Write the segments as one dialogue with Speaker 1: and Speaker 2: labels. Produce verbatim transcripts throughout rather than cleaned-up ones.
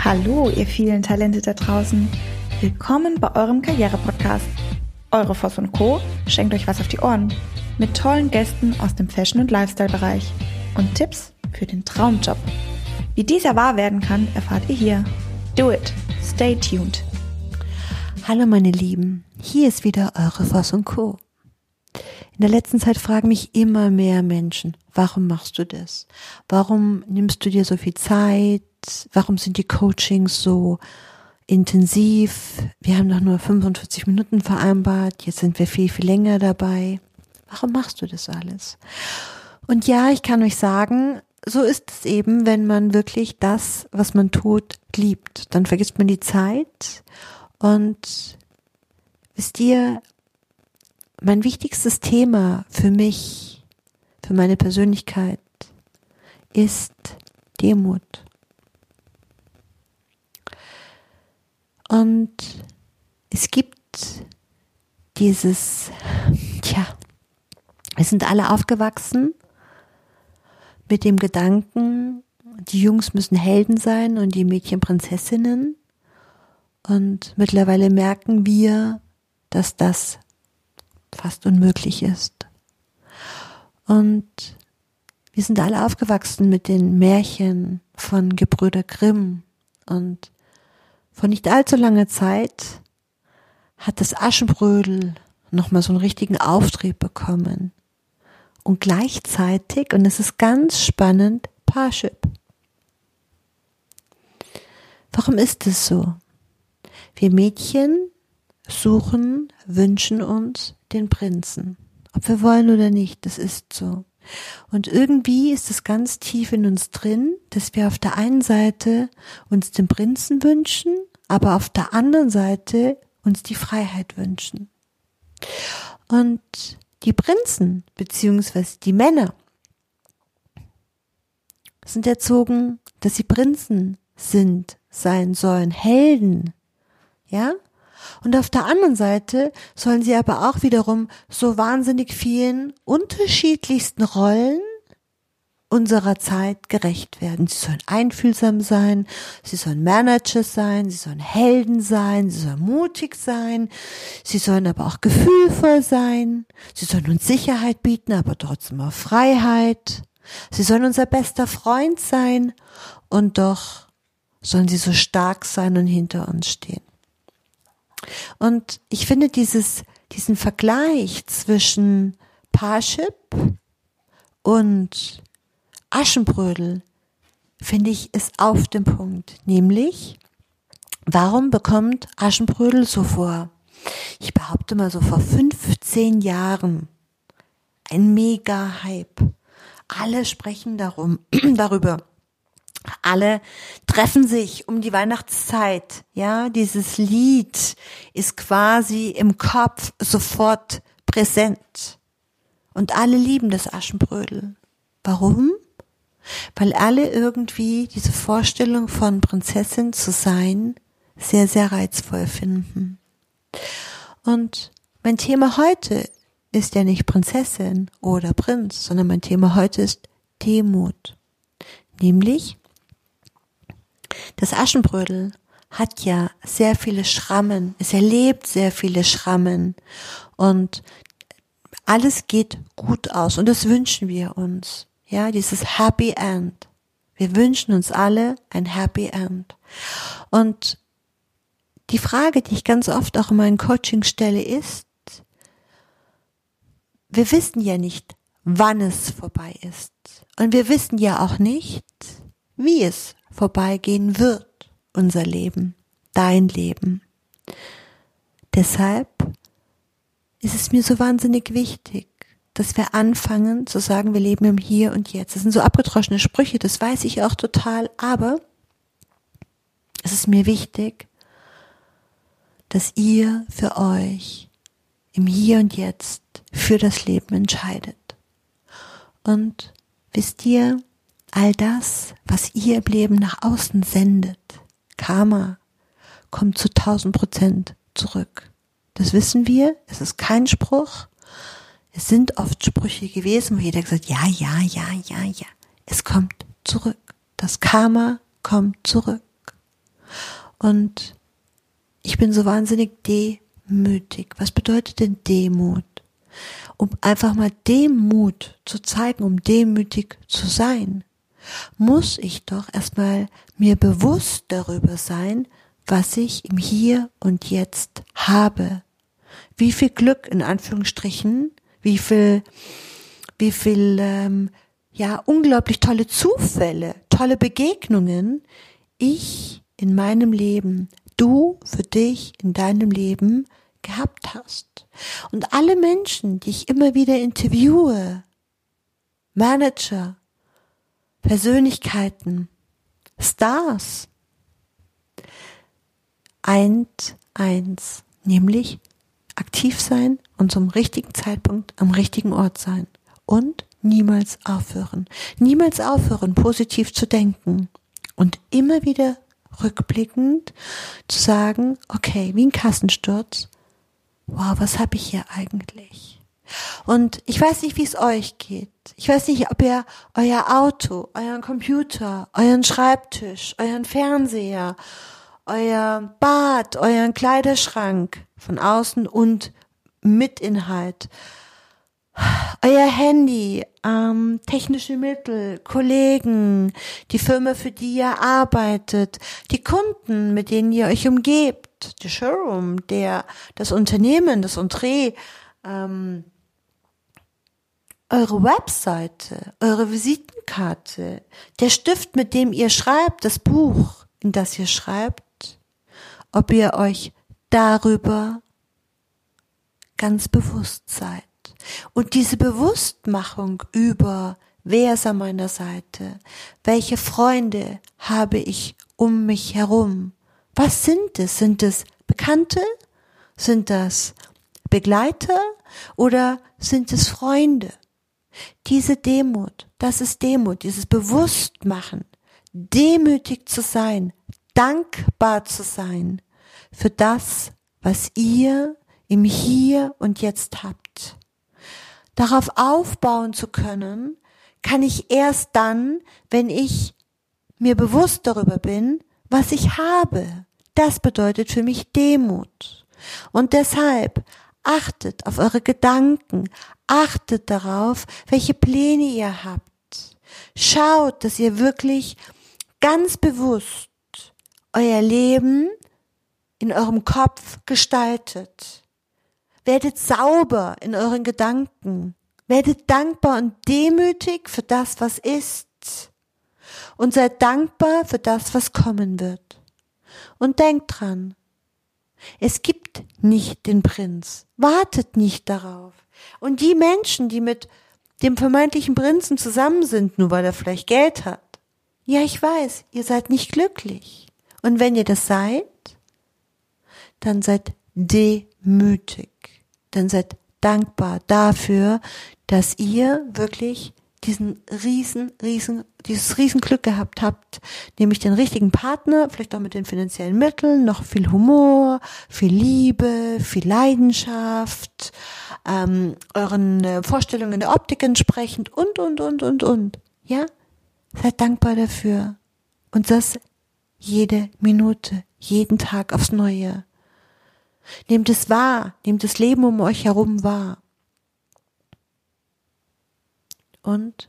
Speaker 1: Hallo, ihr vielen Talente da draußen. Willkommen bei eurem Karriere-Podcast. Eure Voss und Co. schenkt euch was auf die Ohren. Mit tollen Gästen aus dem Fashion- und Lifestyle-Bereich. Und Tipps für den Traumjob. Wie dieser wahr werden kann, erfahrt ihr hier. Do it. Stay tuned.
Speaker 2: Hallo meine Lieben, hier ist wieder eure Voss und Co. In der letzten Zeit fragen mich immer mehr Menschen, warum machst du das? Warum nimmst du dir so viel Zeit? Warum sind die Coachings so intensiv? Wir haben doch nur fünfundvierzig Minuten vereinbart, jetzt sind wir viel, viel länger dabei. Warum machst du das alles? Und ja, ich kann euch sagen, so ist es eben, wenn man wirklich das, was man tut, liebt. Dann vergisst man die Zeit und wisst ihr, mein wichtigstes Thema für mich, für meine Persönlichkeit ist Demut. Und es gibt dieses, tja, wir sind alle aufgewachsen mit dem Gedanken, die Jungs müssen Helden sein und die Mädchen Prinzessinnen. Und mittlerweile merken wir, dass das fast unmöglich ist. Und wir sind alle aufgewachsen mit den Märchen von Gebrüder Grimm. Und vor nicht allzu langer Zeit hat das Aschenbrödel nochmal so einen richtigen Auftrieb bekommen. Und gleichzeitig, und es ist ganz spannend, Parship. Warum ist es so? Wir Mädchen suchen, wünschen uns den Prinzen. Ob wir wollen oder nicht, das ist so. Und irgendwie ist es ganz tief in uns drin, dass wir auf der einen Seite uns den Prinzen wünschen, aber auf der anderen Seite uns die Freiheit wünschen. Und die Prinzen, beziehungsweise die Männer, sind erzogen, dass sie Prinzen sind, sein sollen, Helden, ja? Und auf der anderen Seite sollen sie aber auch wiederum so wahnsinnig vielen unterschiedlichsten Rollen unserer Zeit gerecht werden. Sie sollen einfühlsam sein, sie sollen Manager sein, sie sollen Helden sein, sie sollen mutig sein, sie sollen aber auch gefühlvoll sein, sie sollen uns Sicherheit bieten, aber trotzdem auch Freiheit. Sie sollen unser bester Freund sein und doch sollen sie so stark sein und hinter uns stehen. Und ich finde dieses, diesen Vergleich zwischen Parship und Aschenbrödel, finde ich, ist auf dem Punkt. Nämlich, warum bekommt Aschenbrödel so vor, ich behaupte mal so vor fünfzehn Jahren, ein Mega-Hype. Alle sprechen darum, darüber. Alle treffen sich um die Weihnachtszeit, ja, dieses Lied ist quasi im Kopf sofort präsent. Und alle lieben das Aschenbrödel. Warum? Weil alle irgendwie diese Vorstellung von Prinzessin zu sein sehr, sehr reizvoll finden. Und mein Thema heute ist ja nicht Prinzessin oder Prinz, sondern mein Thema heute ist Demut. Nämlich, das Aschenbrödel hat ja sehr viele Schrammen, es erlebt sehr viele Schrammen und alles geht gut aus und das wünschen wir uns, ja, dieses Happy End. Wir wünschen uns alle ein Happy End. Und die Frage, die ich ganz oft auch in meinen Coachings stelle, ist, wir wissen ja nicht, wann es vorbei ist und wir wissen ja auch nicht, wie es vorbeigehen wird, unser Leben, dein Leben. Deshalb ist es mir so wahnsinnig wichtig, dass wir anfangen zu sagen, wir leben im Hier und Jetzt. Das sind so abgedroschene Sprüche, das weiß ich auch total, aber es ist mir wichtig, dass ihr für euch im Hier und Jetzt für das Leben entscheidet. Und wisst ihr, all das, was ihr im Leben nach außen sendet, Karma, kommt zu tausend Prozent zurück. Das wissen wir, es ist kein Spruch. Es sind oft Sprüche gewesen, wo jeder gesagt hat, ja, ja, ja, ja, ja. Es kommt zurück. Das Karma kommt zurück. Und ich bin so wahnsinnig demütig. Was bedeutet denn Demut? Um einfach mal Demut zu zeigen, um demütig zu sein, muss ich doch erstmal mir bewusst darüber sein, was ich im Hier und Jetzt habe. Wie viel Glück, in Anführungsstrichen, wie viel, wie viel, ähm, ja, unglaublich tolle Zufälle, tolle Begegnungen ich in meinem Leben, du für dich in deinem Leben gehabt hast. Und alle Menschen, die ich immer wieder interviewe, Manager, Persönlichkeiten, Stars, eint eins, nämlich aktiv sein und zum richtigen Zeitpunkt am richtigen Ort sein und niemals aufhören. Niemals aufhören, positiv zu denken und immer wieder rückblickend zu sagen, okay, wie ein Kassensturz, wow, was habe ich hier eigentlich? Und ich weiß nicht, wie es euch geht. Ich weiß nicht, ob ihr euer Auto, euren Computer, euren Schreibtisch, euren Fernseher, euer Bad, euren Kleiderschrank von außen und mit Inhalt, euer Handy, ähm, technische Mittel, Kollegen, die Firma, für die ihr arbeitet, die Kunden, mit denen ihr euch umgebt, der Showroom, der, das Unternehmen, das Entree, ähm, eure Webseite, eure Visitenkarte, der Stift, mit dem ihr schreibt, das Buch, in das ihr schreibt, ob ihr euch darüber ganz bewusst seid. Und diese Bewusstmachung über, wer ist an meiner Seite, welche Freunde habe ich um mich herum, was sind es? Sind es Bekannte? Sind das Begleiter? Oder sind es Freunde? Diese Demut, das ist Demut, dieses Bewusstmachen, demütig zu sein, dankbar zu sein für das, was ihr im Hier und Jetzt habt. Darauf aufbauen zu können, kann ich erst dann, wenn ich mir bewusst darüber bin, was ich habe. Das bedeutet für mich Demut. Und deshalb achtet auf eure Gedanken, achtet darauf, welche Pläne ihr habt. Schaut, dass ihr wirklich ganz bewusst euer Leben in eurem Kopf gestaltet. Werdet sauber in euren Gedanken. Werdet dankbar und demütig für das, was ist. Und seid dankbar für das, was kommen wird. Und denkt dran, es gibt nicht den Prinz. Wartet nicht darauf. Und die Menschen, die mit dem vermeintlichen Prinzen zusammen sind, nur weil er vielleicht Geld hat, ja, ich weiß, ihr seid nicht glücklich. Und wenn ihr das seid, dann seid demütig. Dann seid dankbar dafür, dass ihr wirklich diesen riesen, riesen, dieses Riesenglück gehabt habt, nämlich den richtigen Partner, vielleicht auch mit den finanziellen Mitteln, noch viel Humor, viel Liebe, viel Leidenschaft, ähm, euren äh, Vorstellungen der Optik entsprechend und, und, und, und, und. Ja? Seid dankbar dafür. Und das jede Minute, jeden Tag aufs Neue. Nehmt es wahr, nehmt das Leben um euch herum wahr. Und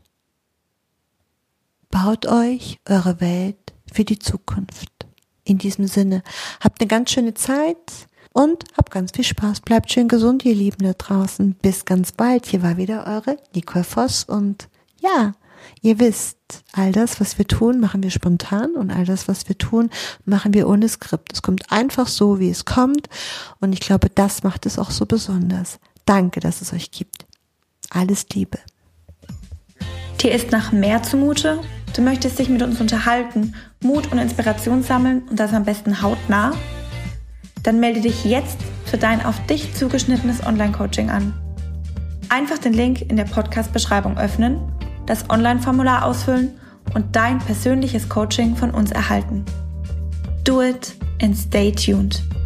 Speaker 2: baut euch eure Welt für die Zukunft. In diesem Sinne, habt eine ganz schöne Zeit und habt ganz viel Spaß. Bleibt schön gesund, ihr Lieben da draußen. Bis ganz bald. Hier war wieder eure Nicole Voss und ja, ihr wisst, all das, was wir tun, machen wir spontan und all das, was wir tun, machen wir ohne Skript. Es kommt einfach so, wie es kommt und ich glaube, das macht es auch so besonders. Danke, dass es euch gibt. Alles Liebe.
Speaker 1: Dir ist nach mehr zumute? Du möchtest dich mit uns unterhalten, Mut und Inspiration sammeln und das am besten hautnah? Dann melde dich jetzt für dein auf dich zugeschnittenes Online-Coaching an. Einfach den Link in der Podcast-Beschreibung öffnen, das Online-Formular ausfüllen und dein persönliches Coaching von uns erhalten. Do it and stay tuned.